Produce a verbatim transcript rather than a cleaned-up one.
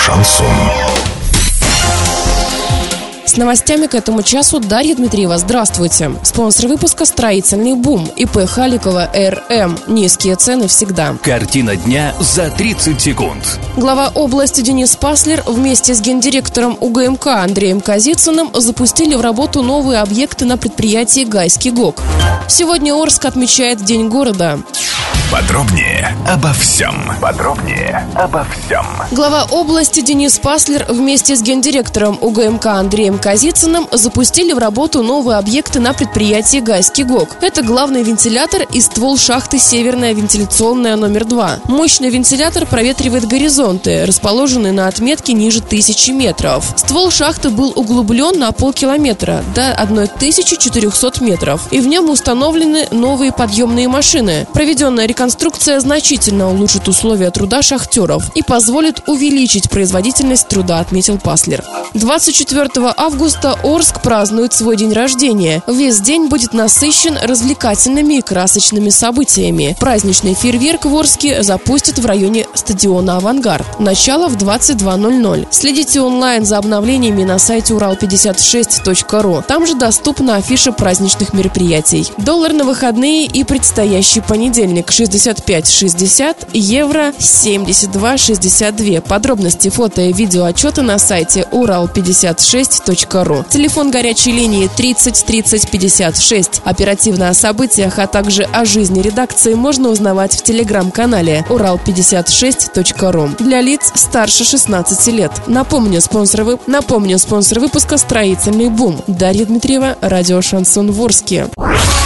Шансон. С новостями к этому часу Дарья Дмитриева. Здравствуйте. Спонсор выпуска «Строительный бум». ИП Халикова эр.эм. Низкие цены всегда. Картина дня за тридцать секунд. Глава области Денис Паслер вместе с гендиректором УГМК Андреем Казицыным запустили в работу новые объекты на предприятии «Гайский ГОК». Сегодня Орск отмечает День города. Подробнее обо всем. Подробнее обо всем. Глава области Денис Паслер вместе с гендиректором УГМК Андреем Казицыным запустили в работу новые объекты на предприятии «Гайский ГОК». Это главный вентилятор и ствол шахты «Северная вентиляционная номер два». Мощный вентилятор проветривает горизонты, расположенные на отметке ниже тысячи метров. Ствол шахты был углублен на полкилометра до тысячи четырехсот метров, и в нем установлены новые подъемные машины. Проведенная реконструкция значительно улучшит условия труда шахтеров и позволит увеличить производительность труда, отметил Паслер. двадцать четвёртого августа Орск празднует свой день рождения. Весь день будет насыщен развлекательными и красочными событиями. Праздничный фейерверк в Орске запустят в районе стадиона «Авангард». Начало в двадцать два ноль ноль. Следите онлайн за обновлениями на сайте урал пятьдесят шесть точка ру. Там же доступна афиша праздничных мероприятий. Доллар на выходные и предстоящий понедельник шестьдесят пять шестьдесят, евро семьдесят два шестьдесят два. Подробности, фото и видео отчеты на сайте урал пятьдесят шесть точка ру. Телефон горячей линии тридцать тридцать пятьдесят шесть. Оперативно о событиях, а также о жизни редакции можно узнавать в телеграм-канале урал пятьдесят шесть точка ру для лиц старше шестнадцати лет. Напомню, спонсор, вып... Напомню, спонсор выпуска «Строительный бум». Дарья Дмитриева, радио «Шансон» в Орске.